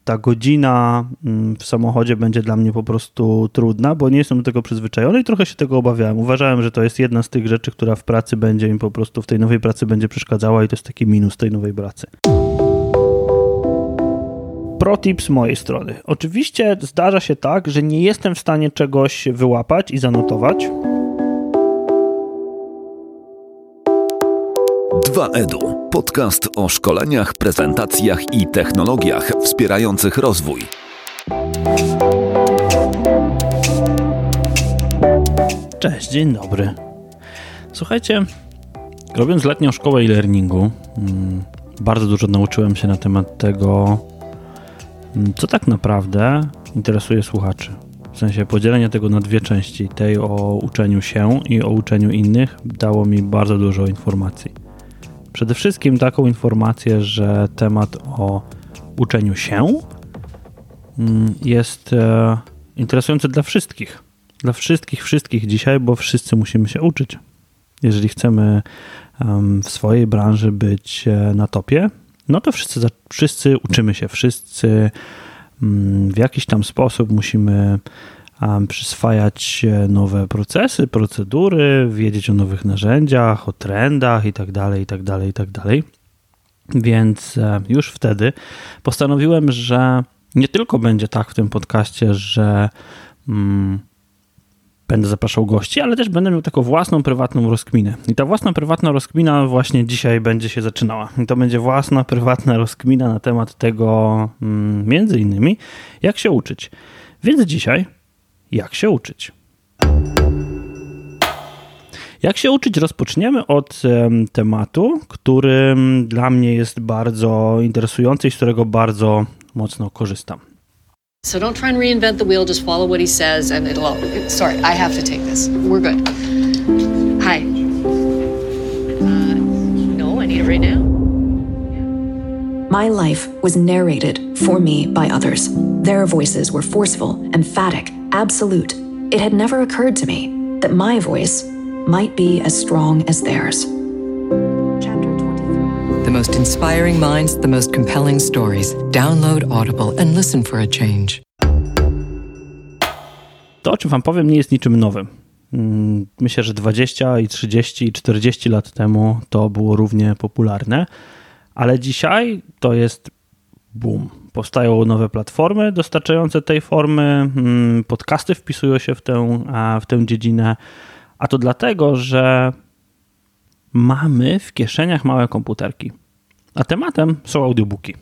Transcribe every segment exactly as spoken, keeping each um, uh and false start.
ta godzina w samochodzie będzie dla mnie po prostu trudna, bo nie jestem do tego przyzwyczajony i trochę się tego obawiałem. Uważałem, że to jest jedna z tych rzeczy, która w pracy będzie mi po prostu, w tej nowej pracy będzie przeszkadzała i to jest taki minus tej nowej pracy. Pro tip z mojej strony. Oczywiście zdarza się tak, że nie jestem w stanie czegoś wyłapać i zanotować. dwa edu. Podcast o szkoleniach, prezentacjach i technologiach wspierających rozwój. Cześć, dzień dobry. Słuchajcie, robiąc letnią szkołę e-learningu, bardzo dużo nauczyłem się na temat tego, co tak naprawdę interesuje słuchaczy. W sensie podzielenie tego na dwie części, tej o uczeniu się i o uczeniu innych, dało mi bardzo dużo informacji. Przede wszystkim taką informację, że temat o uczeniu się jest interesujący dla wszystkich. Dla wszystkich, wszystkich dzisiaj, bo wszyscy musimy się uczyć. Jeżeli chcemy w swojej branży być na topie, no to wszyscy, wszyscy uczymy się, wszyscy w jakiś tam sposób musimy przyswajać nowe procesy, procedury, wiedzieć o nowych narzędziach, o trendach i tak dalej, i tak dalej, i tak dalej. Więc już wtedy postanowiłem, że nie tylko będzie tak w tym podcaście, że mm, będę zapraszał gości, ale też będę miał taką własną, prywatną rozkminę. I ta własna, prywatna rozkmina właśnie dzisiaj będzie się zaczynała. I to będzie własna, prywatna rozkmina na temat tego, mm, między innymi, jak się uczyć. Więc dzisiaj jak się uczyć? Jak się uczyć? Rozpoczniemy od um, tematu, który dla mnie jest bardzo interesujący i z którego bardzo mocno korzystam. So don't try and reinvent the wheel, just follow what he says and it'll all... Sorry, I have to take this. We're good. Hi. Uh, no, I need it right now. My life was narrated for me by others. Their voices were forceful, emphatic, absolute. It had never occurred to me that my voice might be as strong as theirs. Chapter twenty-three. The most inspiring minds, the most compelling stories. Download Audible and listen for a change. To, o czym wam powiem, nie jest niczym nowym. Myślę, że dwadzieścia, i trzydzieści, i czterdzieści lat temu to było równie popularne. Ale dzisiaj to jest boom. Powstają nowe platformy dostarczające tej formy, podcasty wpisują się w tę, w tę dziedzinę, a to dlatego, że mamy w kieszeniach małe komputerki, a tematem są audiobooki.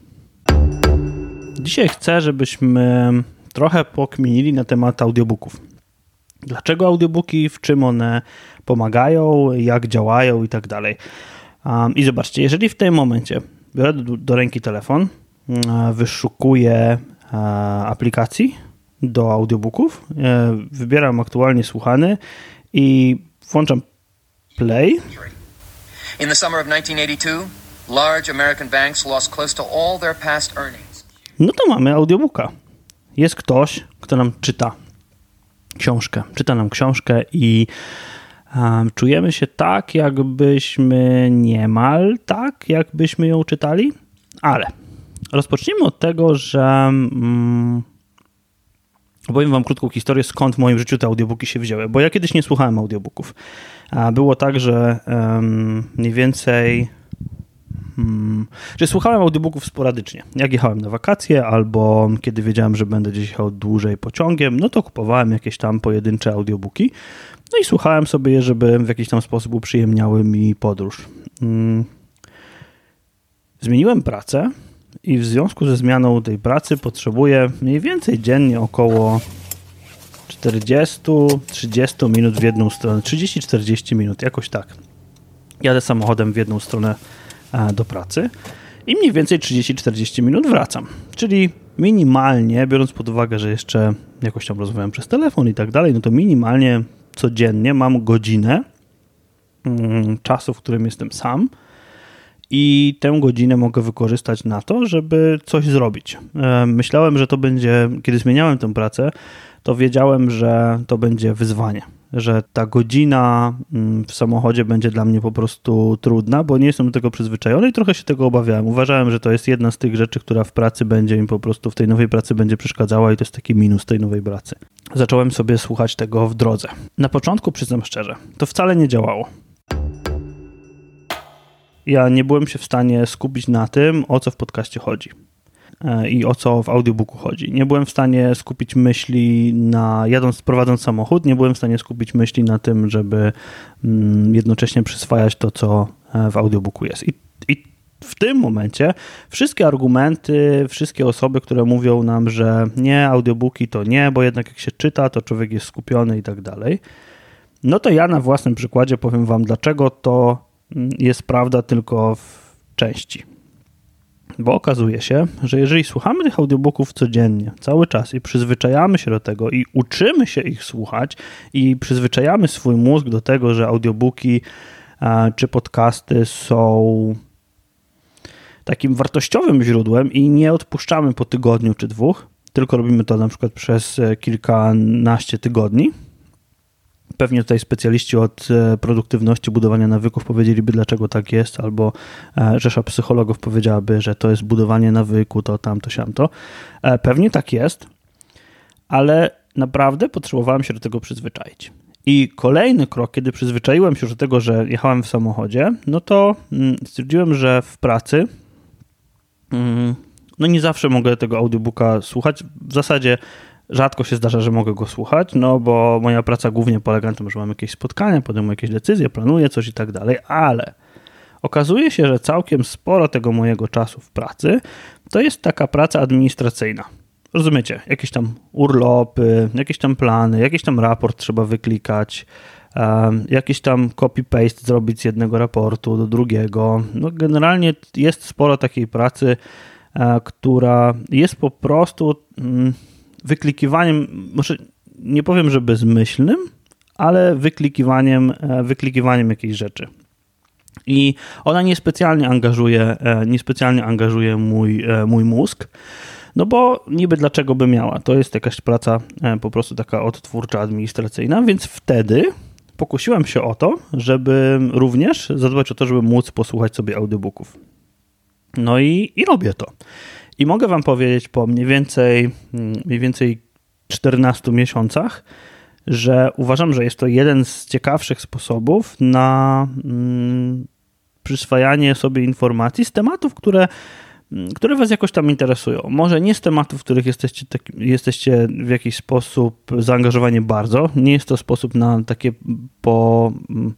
Dzisiaj chcę, żebyśmy trochę pokminili na temat audiobooków. Dlaczego audiobooki, w czym one pomagają, jak działają i tak dalej. I zobaczcie, jeżeli w tym momencie biorę do, do ręki telefon, wyszukuję aplikacji do audiobooków, wybieram aktualnie słuchany i włączam play. In the summer of nineteen eighty-two, large American banks lost close to all their past earnings. No to mamy audiobooka. Jest ktoś, kto nam czyta książkę. Czyta nam książkę i um, czujemy się tak, jakbyśmy niemal tak, jakbyśmy ją czytali, ale rozpocznijmy od tego, że um, opowiem wam krótką historię, skąd w moim życiu te audiobooki się wzięły, bo ja kiedyś nie słuchałem audiobooków. A było tak, że um, mniej więcej Hmm. Że słuchałem audiobooków sporadycznie. Jak jechałem na wakacje albo kiedy wiedziałem, że będę gdzieś jechał dłużej pociągiem, no to kupowałem jakieś tam pojedyncze audiobooki. No i słuchałem sobie je, żeby w jakiś tam sposób uprzyjemniały mi podróż. Hmm. Zmieniłem pracę i w związku ze zmianą tej pracy potrzebuję mniej więcej dziennie około czterdzieści do trzydziestu minut w jedną stronę. trzydzieści do czterdziestu minut, jakoś tak. Jadę samochodem w jedną stronę do pracy i mniej więcej trzydzieści do czterdziestu minut wracam. Czyli minimalnie, biorąc pod uwagę, że jeszcze jakoś tam rozmawiam przez telefon i tak dalej, no to minimalnie codziennie mam godzinę mm, czasu, w którym jestem sam i tę godzinę mogę wykorzystać na to, żeby coś zrobić. Myślałem, że to będzie, kiedy zmieniałem tę pracę, to wiedziałem, że to będzie wyzwanie, że ta godzina w samochodzie będzie dla mnie po prostu trudna, bo nie jestem do tego przyzwyczajony i trochę się tego obawiałem. Uważałem, że to jest jedna z tych rzeczy, która w pracy będzie mi po prostu w tej nowej pracy będzie przeszkadzała i to jest taki minus tej nowej pracy. Zacząłem sobie słuchać tego w drodze. Na początku, przyznam szczerze, to wcale nie działało. Ja nie byłem się w stanie skupić na tym, o co w podcaście chodzi i o co w audiobooku chodzi. Nie byłem w stanie skupić myśli na, jadąc, prowadząc samochód, nie byłem w stanie skupić myśli na tym, żeby jednocześnie przyswajać to, co w audiobooku jest. I, i w tym momencie wszystkie argumenty, wszystkie osoby, które mówią nam, że nie, audiobooki to nie, bo jednak jak się czyta, to człowiek jest skupiony i tak dalej, no to ja na własnym przykładzie powiem wam, dlaczego to jest prawda tylko w części. Bo okazuje się, że jeżeli słuchamy tych audiobooków codziennie, cały czas i przyzwyczajamy się do tego i uczymy się ich słuchać i przyzwyczajamy swój mózg do tego, że audiobooki czy podcasty są takim wartościowym źródłem i nie odpuszczamy po tygodniu czy dwóch, tylko robimy to na przykład przez kilkanaście tygodni. Pewnie tutaj specjaliści od produktywności, budowania nawyków powiedzieliby, dlaczego tak jest, albo rzesza psychologów powiedziałaby, że to jest budowanie nawyku, to tamto, siamto. Pewnie tak jest, ale naprawdę potrzebowałem się do tego przyzwyczaić. I kolejny krok, kiedy przyzwyczaiłem się do tego, że jechałem w samochodzie, no to stwierdziłem, że w pracy no nie zawsze mogę tego audiobooka słuchać. W zasadzie rzadko się zdarza, że mogę go słuchać, no bo moja praca głównie polega na tym, że mam jakieś spotkania, podejmuję jakieś decyzje, planuję coś i tak dalej, ale okazuje się, że całkiem sporo tego mojego czasu w pracy to jest taka praca administracyjna. Rozumiecie? Jakieś tam urlopy, jakieś tam plany, jakiś tam raport trzeba wyklikać, um, jakiś tam copy-paste zrobić z jednego raportu do drugiego. No generalnie jest sporo takiej pracy, uh, która jest po prostu um, wyklikiwaniem, może nie powiem, że bezmyślnym, ale wyklikiwaniem, uh, wyklikiwaniem jakiejś rzeczy. I ona niespecjalnie angażuje, uh, niespecjalnie angażuje mój, uh, mój mózg. No bo niby dlaczego by miała? To jest jakaś praca po prostu taka odtwórcza, administracyjna, więc wtedy pokusiłem się o to, żeby również zadbać o to, żeby móc posłuchać sobie audiobooków. No i, i robię to. I mogę wam powiedzieć po mniej więcej, mniej więcej czternastu miesiącach, że uważam, że jest to jeden z ciekawszych sposobów na mm, przyswajanie sobie informacji z tematów, które które was jakoś tam interesują. Może nie z tematów, w których jesteście, tak, jesteście w jakiś sposób zaangażowani bardzo. Nie jest to sposób na takie po...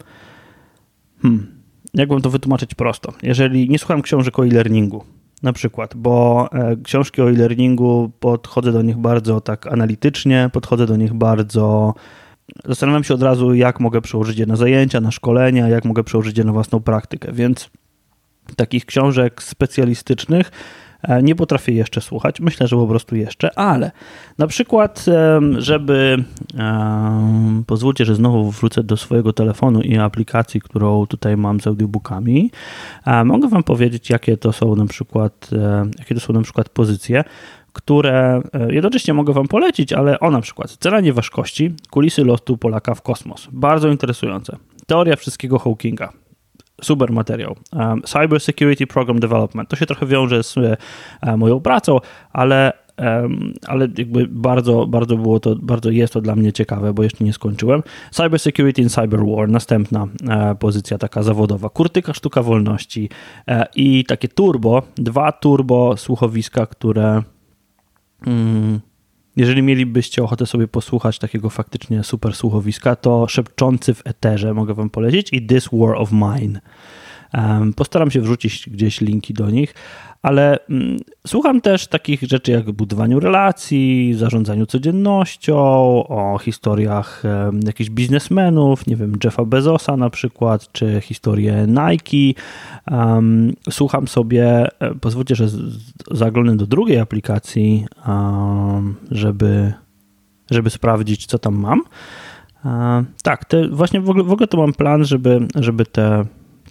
Hmm, jak wam to wytłumaczyć prosto? Jeżeli nie słucham książek o e-learningu, na przykład, bo e, książki o e-learningu podchodzę do nich bardzo tak analitycznie, podchodzę do nich bardzo... Zastanawiam się od razu, jak mogę przełożyć je na zajęcia, na szkolenia, jak mogę przełożyć je na własną praktykę, więc takich książek specjalistycznych nie potrafię jeszcze słuchać. Myślę, że po prostu jeszcze, ale na przykład, żeby pozwólcie, że znowu wrócę do swojego telefonu i aplikacji, którą tutaj mam z audiobookami, mogę wam powiedzieć, jakie to są na przykład, jakie to są na przykład pozycje, które jednocześnie mogę wam polecić, ale o na przykład Cena nieważkości, kulisy lotu Polaka w kosmos. Bardzo interesujące. Teoria wszystkiego Hawkinga. Super materiał. Um, Cyber Security Program Development. To się trochę wiąże z e, moją pracą, ale, um, ale jakby bardzo, bardzo było to, bardzo jest to dla mnie ciekawe, bo jeszcze nie skończyłem. Cyber Security and Cyber War. Następna e, pozycja taka zawodowa. Kurtyka Sztuka Wolności e, i takie turbo, dwa turbo słuchowiska, które mm, jeżeli mielibyście ochotę sobie posłuchać takiego faktycznie super słuchowiska, to Szepczący w eterze mogę wam polecić i This War of Mine. Um, postaram się wrzucić gdzieś linki do nich, ale um, słucham też takich rzeczy jak budowaniu relacji, zarządzaniu codziennością, o historiach um, jakichś biznesmenów, nie wiem, Jeffa Bezosa na przykład, czy historię Nike. Um, słucham sobie, pozwólcie, że zaglądnę do drugiej aplikacji, um, żeby, żeby sprawdzić, co tam mam. Um, tak, te, właśnie w ogóle, w ogóle to mam plan, żeby, żeby te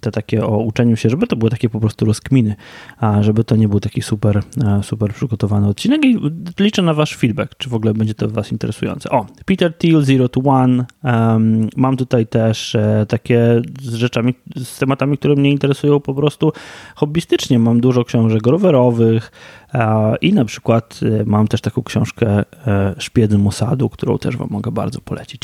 te takie o uczeniu się, żeby to były takie po prostu rozkminy, a żeby to nie był taki super, super przygotowany odcinek i liczę na wasz feedback, czy w ogóle będzie to was interesujące. O, Peter Thiel, Zero to One, um, mam tutaj też e, takie z rzeczami, z tematami, które mnie interesują po prostu hobbystycznie. Mam dużo książek rowerowych e, i na przykład e, mam też taką książkę e, Szpiedy Mossadu, którą też wam mogę bardzo polecić.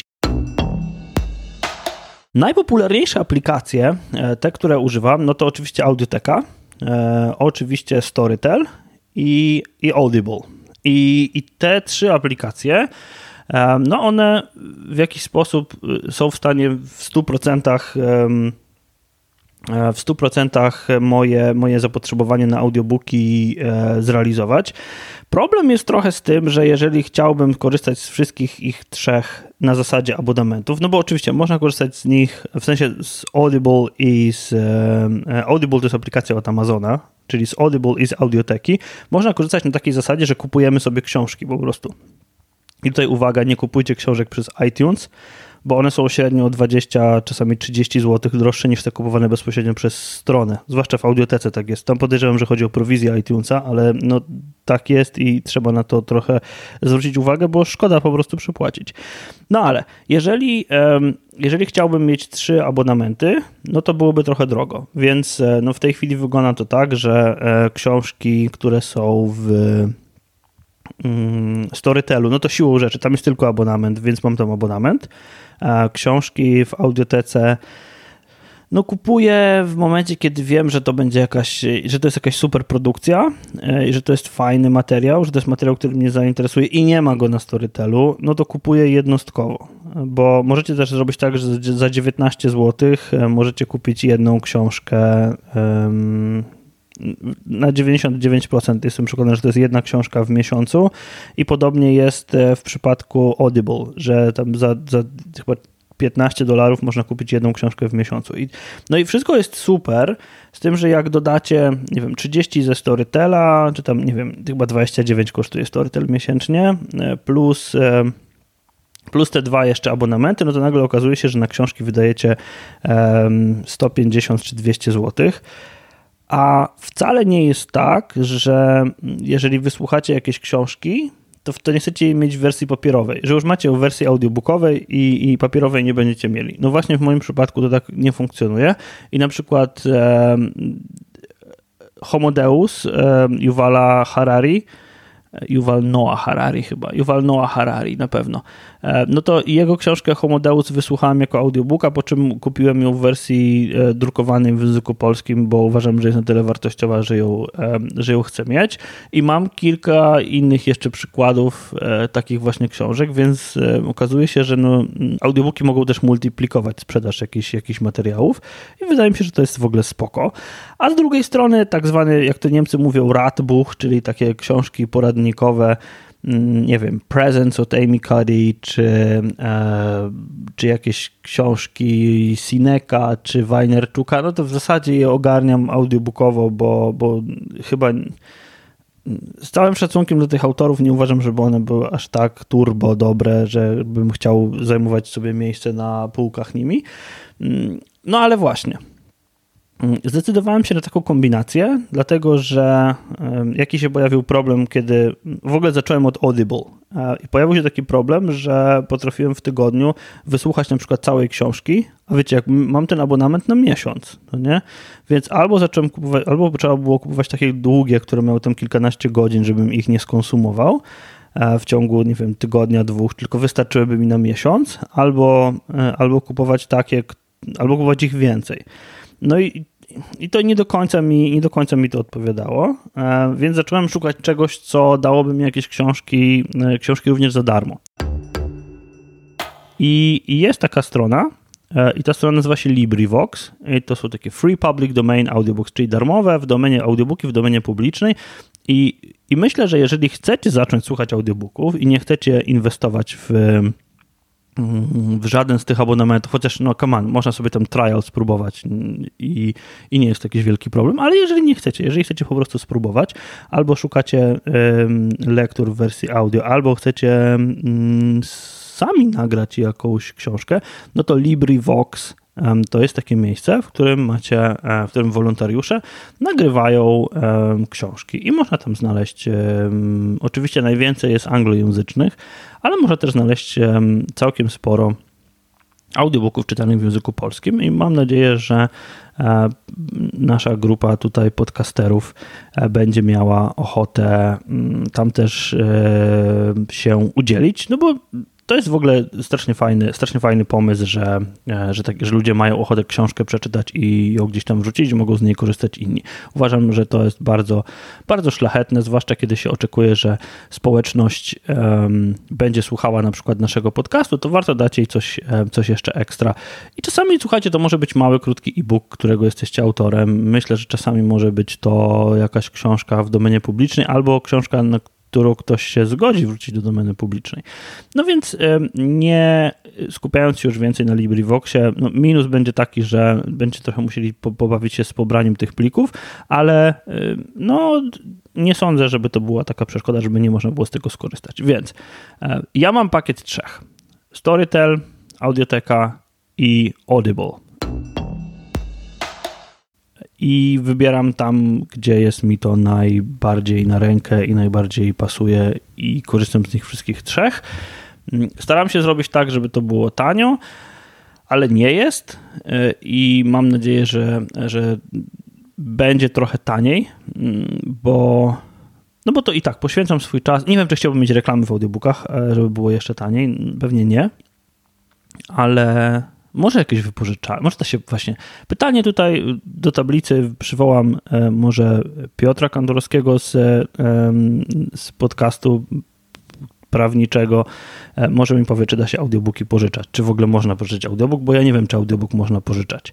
Najpopularniejsze aplikacje, te, które używam, no to oczywiście Audioteka, e, oczywiście Storytel i, i Audible. I, I te trzy aplikacje, e, no one w jakiś sposób są w stanie w stu procentach w stu procentach moje, moje zapotrzebowanie na audiobooki e, zrealizować. Problem jest trochę z tym, że jeżeli chciałbym korzystać z wszystkich ich trzech na zasadzie abonamentów, no bo oczywiście można korzystać z nich, w sensie z Audible i z e, Audible to jest aplikacja od Amazona, czyli z Audible i z Audioteki, można korzystać na takiej zasadzie, że kupujemy sobie książki po prostu. I tutaj uwaga, nie kupujcie książek przez iTunes, bo one są średnio o dwadzieścia, czasami trzydzieści złotych droższe niż te kupowane bezpośrednio przez stronę. Zwłaszcza w Audiotece tak jest. Tam podejrzewam, że chodzi o prowizję iTunesa, ale no tak jest i trzeba na to trochę zwrócić uwagę, bo szkoda po prostu przepłacić. No ale jeżeli, jeżeli chciałbym mieć trzy abonamenty, no to byłoby trochę drogo. Więc no w tej chwili wygląda to tak, że książki, które są w Storytelu, no to siłą rzeczy, tam jest tylko abonament, więc mam tam abonament. Książki w Audiotece no kupuję w momencie, kiedy wiem, że to będzie jakaś, że to jest jakaś super produkcja i że to jest fajny materiał, że to jest materiał, który mnie zainteresuje i nie ma go na Storytelu, no to kupuję jednostkowo, bo możecie też zrobić tak, że za dziewiętnaście złotych możecie kupić jedną książkę um, na dziewięćdziesiąt dziewięć procent jestem przekonany, że to jest jedna książka w miesiącu i podobnie jest w przypadku Audible, że tam za, za chyba piętnaście dolarów można kupić jedną książkę w miesiącu. I, no i wszystko jest super, z tym, że jak dodacie, nie wiem, trzydzieści ze Storytela, czy tam, nie wiem, chyba dwadzieścia dziewięć kosztuje Storytel miesięcznie, plus, plus te dwa jeszcze abonamenty, no to nagle okazuje się, że na książki wydajecie sto pięćdziesiąt czy dwieście złotych. A wcale nie jest tak, że jeżeli wysłuchacie jakieś książki, to, to nie chcecie jej mieć w wersji papierowej, że już macie w wersji audiobookowej i, i papierowej nie będziecie mieli. No właśnie w moim przypadku to tak nie funkcjonuje i na przykład e, Homo Deus e, Yuvala Harari, Yuval Noah Harari chyba, Yuval Noah Harari na pewno. No to jego książkę Homo Deus wysłuchałem jako audiobooka, po czym kupiłem ją w wersji drukowanej w języku polskim, bo uważam, że jest na tyle wartościowa, że ją, że ją chcę mieć. I mam kilka innych jeszcze przykładów takich właśnie książek, więc okazuje się, że no, audiobooki mogą też multiplikować sprzedaż jakichś, jakichś materiałów i wydaje mi się, że to jest w ogóle spoko. A z drugiej strony tak zwane, jak to Niemcy mówią, Ratbuch, czyli takie książki poradnikowe, nie wiem, Presents od Amy Cuddy, czy, e, czy jakieś książki Sineka, czy Weinerczuka, no to w zasadzie je ogarniam audiobookowo, bo, bo chyba z całym szacunkiem do tych autorów nie uważam, żeby one były aż tak turbo dobre, że bym chciał zajmować sobie miejsce na półkach nimi. No ale właśnie. Zdecydowałem się na taką kombinację, dlatego że jaki się pojawił problem, kiedy w ogóle zacząłem od Audible. I pojawił się taki problem, że potrafiłem w tygodniu wysłuchać na przykład całej książki, a wiecie, jak mam ten abonament na miesiąc, no nie? Więc albo zacząłem kupować, albo trzeba było kupować takie długie, które miały tam kilkanaście godzin, żebym ich nie skonsumował w ciągu, nie wiem, tygodnia, dwóch, tylko wystarczyłyby mi na miesiąc, albo, albo kupować takie, albo kupować ich więcej. No i, i to nie do końca mi, nie do końca mi to odpowiadało, e, więc zacząłem szukać czegoś, co dałoby mi jakieś książki, e, książki również za darmo. I, i jest taka strona e, i ta strona nazywa się LibriVox i to są takie free public domain audiobooks, czyli darmowe w domenie audiobooki, w domenie publicznej i, i myślę, że jeżeli chcecie zacząć słuchać audiobooków i nie chcecie inwestować w w żaden z tych abonamentów, chociaż no come on, można sobie tam trial spróbować i, i nie jest to jakiś wielki problem, ale jeżeli nie chcecie, jeżeli chcecie po prostu spróbować, albo szukacie um, lektur w wersji audio, albo chcecie um, sami nagrać jakąś książkę, no to LibriVox to jest takie miejsce, w którym macie, w którym wolontariusze nagrywają książki i można tam znaleźć, oczywiście najwięcej jest anglojęzycznych, ale można też znaleźć całkiem sporo audiobooków czytanych w języku polskim i mam nadzieję, że nasza grupa tutaj podcasterów będzie miała ochotę tam też się udzielić, no bo to jest w ogóle strasznie fajny, strasznie fajny pomysł, że, że, tak, że ludzie mają ochotę książkę przeczytać i ją gdzieś tam wrzucić, mogą z niej korzystać inni. Uważam, że to jest bardzo, bardzo szlachetne, zwłaszcza kiedy się oczekuje, że społeczność um, będzie słuchała na przykład naszego podcastu, to warto dać jej coś, coś jeszcze ekstra. I czasami, słuchajcie, to może być mały, krótki e-book, którego jesteście autorem. Myślę, że czasami może być to jakaś książka w domenie publicznej albo książka, na którą ktoś się zgodzi wrócić do domeny publicznej. No więc nie skupiając się już więcej na LibriVoxie, no minus będzie taki, że będziecie trochę musieli pobawić się z pobraniem tych plików, ale no nie sądzę, żeby to była taka przeszkoda, żeby nie można było z tego skorzystać. Więc ja mam pakiet trzech. Storytel, Audioteka i Audible. I wybieram tam, gdzie jest mi to najbardziej na rękę i najbardziej pasuje i korzystam z nich wszystkich trzech. Staram się zrobić tak, żeby to było tanio, ale nie jest i mam nadzieję, że, że będzie trochę taniej, bo, no bo to i tak poświęcam swój czas. Nie wiem, czy chciałbym mieć reklamy w audiobookach, żeby było jeszcze taniej. Pewnie nie, ale może jakieś wypożyczalnie, może to się właśnie... Pytanie tutaj do tablicy przywołam e, może Piotra Kandorowskiego z, e, z podcastu prawniczego. E, może mi powie, czy da się audiobooki pożyczać, czy w ogóle można pożyczyć audiobook, bo ja nie wiem, czy audiobook można pożyczać.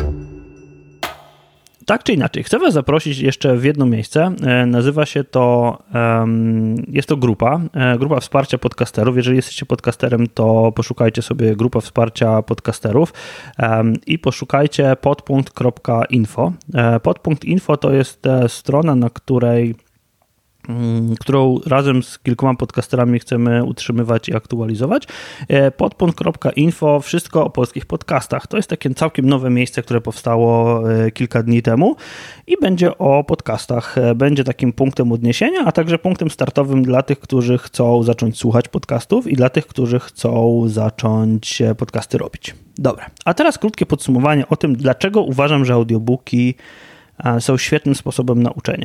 Tak czy inaczej, chcę was zaprosić jeszcze w jedno miejsce. Nazywa się to, jest to grupa, grupa wsparcia podcasterów. Jeżeli jesteście podcasterem, to poszukajcie sobie grupa wsparcia podcasterów i poszukajcie podpunkt kropka info. Podpunkt kropka info to jest strona, na której którą razem z kilkoma podcasterami chcemy utrzymywać i aktualizować. Podpunkt kropka info, wszystko o polskich podcastach. To jest takie całkiem nowe miejsce, które powstało kilka dni temu i będzie o podcastach. Będzie takim punktem odniesienia, a także punktem startowym dla tych, którzy chcą zacząć słuchać podcastów i dla tych, którzy chcą zacząć podcasty robić. Dobra, a teraz krótkie podsumowanie o tym, dlaczego uważam, że audiobooki są świetnym sposobem na uczenie.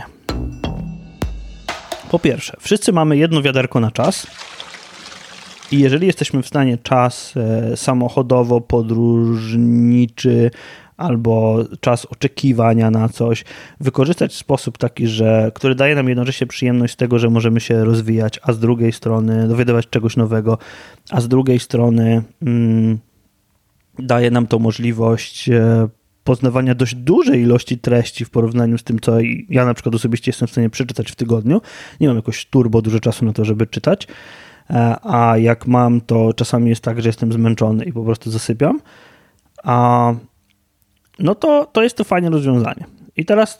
Po pierwsze, wszyscy mamy jedno wiaderko na czas i jeżeli jesteśmy w stanie czas samochodowo, podróżniczy albo czas oczekiwania na coś wykorzystać w sposób taki, że który daje nam jednocześnie przyjemność z tego, że możemy się rozwijać, a z drugiej strony dowiadywać czegoś nowego, a z drugiej strony mm, daje nam to możliwość poznawania dość dużej ilości treści w porównaniu z tym, co ja na przykład osobiście jestem w stanie przeczytać w tygodniu. Nie mam jakoś turbo dużo czasu na to, żeby czytać, a jak mam, to czasami jest tak, że jestem zmęczony i po prostu zasypiam. A no to, to jest to fajne rozwiązanie. I teraz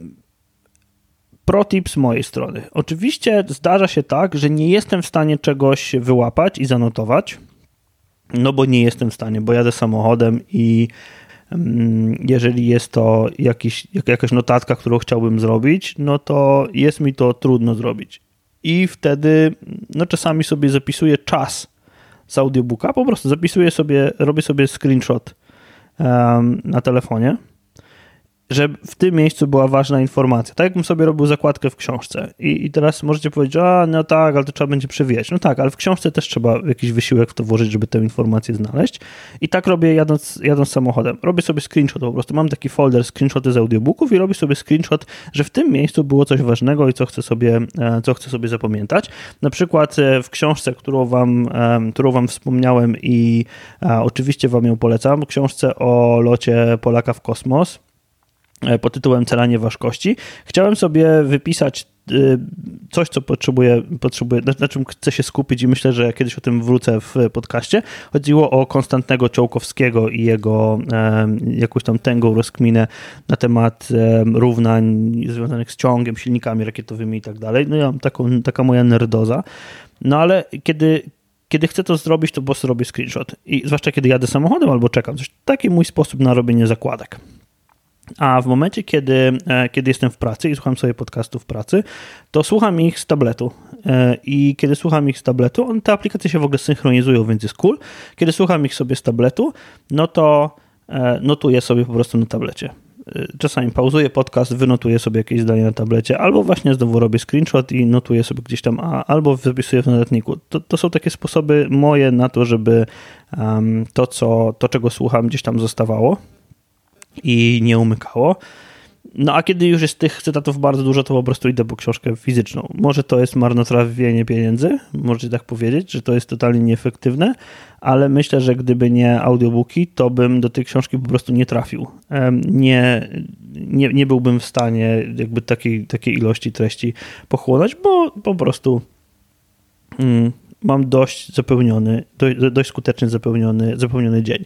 pro tip z mojej strony. Oczywiście zdarza się tak, że nie jestem w stanie czegoś wyłapać i zanotować, no bo nie jestem w stanie, bo jadę samochodem i jeżeli jest to jakiś, jakaś notatka, którą chciałbym zrobić, no to jest mi to trudno zrobić. I wtedy no czasami sobie zapisuję czas z audiobooka, po prostu zapisuję sobie, robię sobie screenshot um, na telefonie, że w tym miejscu była ważna informacja. Tak jakbym sobie robił zakładkę w książce. I, i teraz możecie powiedzieć, a no tak, ale to trzeba będzie przewijać. No tak, ale w książce też trzeba jakiś wysiłek w to włożyć, żeby tę informację znaleźć. I tak robię jadąc, jadąc samochodem. Robię sobie screenshot po prostu. Mam taki folder screenshoty z audiobooków i robię sobie screenshot, że w tym miejscu było coś ważnego i co chcę sobie, co chcę sobie zapamiętać. Na przykład w książce, którą wam, którą wam wspomniałem i oczywiście wam ją polecam, w książce o locie Polaka w kosmos, pod tytułem Calanie ważkości. Chciałem sobie wypisać coś, co potrzebuję, potrzebuję, na czym chcę się skupić i myślę, że kiedyś o tym wrócę w podcaście. Chodziło o Konstantnego Ciołkowskiego i jego jakąś tam tęgą rozkminę na temat równań związanych z ciągiem, silnikami rakietowymi i tak dalej. No ja mam taką, taka moja nerdoza. No ale kiedy kiedy chcę to zrobić, to po prostu robię screenshot. I zwłaszcza kiedy jadę samochodem albo czekam. Coś, taki mój sposób na robienie zakładek. A w momencie, kiedy, kiedy jestem w pracy i słucham sobie podcastów w pracy, to słucham ich z tabletu. I kiedy słucham ich z tabletu, on, te aplikacje się w ogóle synchronizują, więc jest cool. Kiedy słucham ich sobie z tabletu, no to notuję sobie po prostu na tablecie. Czasami pauzuję podcast, wynotuję sobie jakieś zdanie na tablecie, albo właśnie znowu robię screenshot i notuję sobie gdzieś tam, albo wypisuję w notatniku. To, to są takie sposoby moje na to, żeby um, to, co, to, czego słucham, gdzieś tam zostawało i nie umykało. No a kiedy już jest tych cytatów bardzo dużo, to po prostu idę po książkę fizyczną. Może to jest marnotrawienie pieniędzy, możecie tak powiedzieć, że to jest totalnie nieefektywne, ale myślę, że gdyby nie audiobooki, to bym do tej książki po prostu nie trafił. Nie, nie, nie byłbym w stanie jakby takiej, takiej ilości treści pochłonąć, bo po prostu mm, mam dość zapełniony, dość, dość skutecznie zapełniony, zapełniony dzień.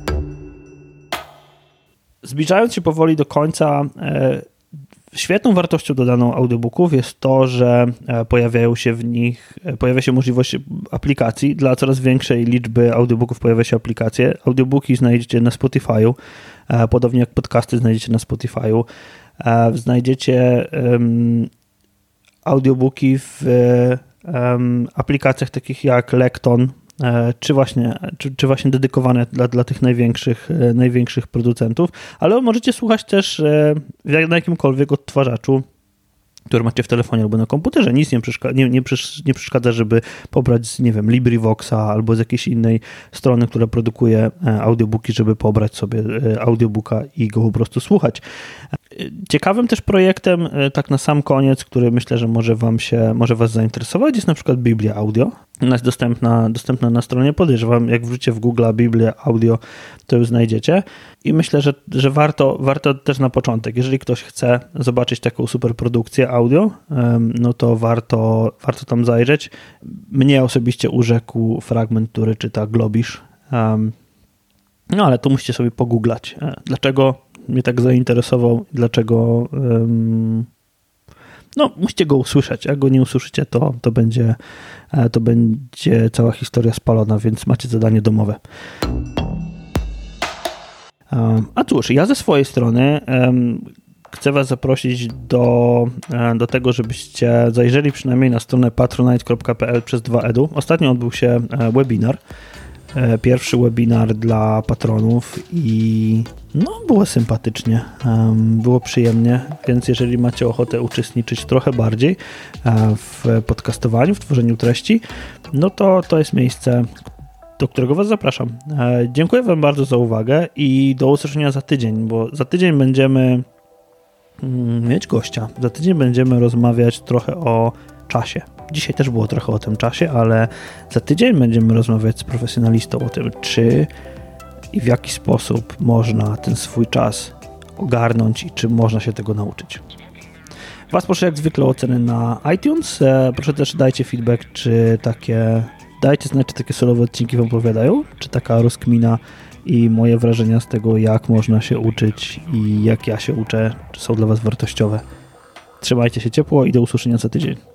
Zbliżając się powoli do końca, świetną wartością dodaną audiobooków jest to, że pojawiają się w nich, pojawia się możliwość aplikacji. Dla coraz większej liczby audiobooków pojawia się aplikacje. Audiobooki znajdziecie na Spotify'u, podobnie jak podcasty znajdziecie na Spotify'u. Znajdziecie um, audiobooki w um, aplikacjach takich jak Lekton, czy właśnie, czy, czy właśnie dedykowane dla, dla tych największych, największych producentów, ale możecie słuchać też na jakimkolwiek odtwarzaczu, który macie w telefonie albo na komputerze. Nic nie przeszkadza, nie, nie, nie przeszkadza, żeby pobrać z, nie wiem, LibriVoxa albo z jakiejś innej strony, która produkuje audiobooki, żeby pobrać sobie audiobooka i go po prostu słuchać. Ciekawym też projektem, tak na sam koniec, który myślę, że może wam się, może was zainteresować, jest na przykład Biblia Audio. Ona jest dostępna, dostępna na stronie, podejrzewam, jak wrzucicie w Google Biblia Audio, to już znajdziecie. I myślę, że, że warto, warto też na początek, jeżeli ktoś chce zobaczyć taką super produkcję audio, no to warto, warto tam zajrzeć. Mnie osobiście urzekł fragment, który czyta Globisz. No ale to musicie sobie pogooglać. Dlaczego mnie tak zainteresował, dlaczego um, no musicie go usłyszeć. Jak go nie usłyszycie, to, to, będzie, to będzie cała historia spalona, więc macie zadanie domowe. Um, a cóż, ja ze swojej strony um, chcę was zaprosić do, do tego, żebyście zajrzeli przynajmniej na stronę patronite kropka p l przez dwa edu. Ostatnio odbył się webinar. Pierwszy webinar dla patronów i no było sympatycznie, było przyjemnie, więc jeżeli macie ochotę uczestniczyć trochę bardziej w podcastowaniu, w tworzeniu treści, no to to jest miejsce, do którego was zapraszam. Dziękuję wam bardzo za uwagę i do usłyszenia za tydzień, bo za tydzień będziemy mieć gościa. Za tydzień będziemy rozmawiać trochę o czasie. Dzisiaj też było trochę o tym czasie, ale za tydzień będziemy rozmawiać z profesjonalistą o tym, czy i w jaki sposób można ten swój czas ogarnąć i czy można się tego nauczyć. Was proszę jak zwykle o oceny na iTunes. Proszę też dajcie feedback, czy takie, dajcie znać, czy takie solowe odcinki wam opowiadają, czy taka rozkmina i moje wrażenia z tego, jak można się uczyć i jak ja się uczę, czy są dla was wartościowe. Trzymajcie się ciepło i do usłyszenia za tydzień.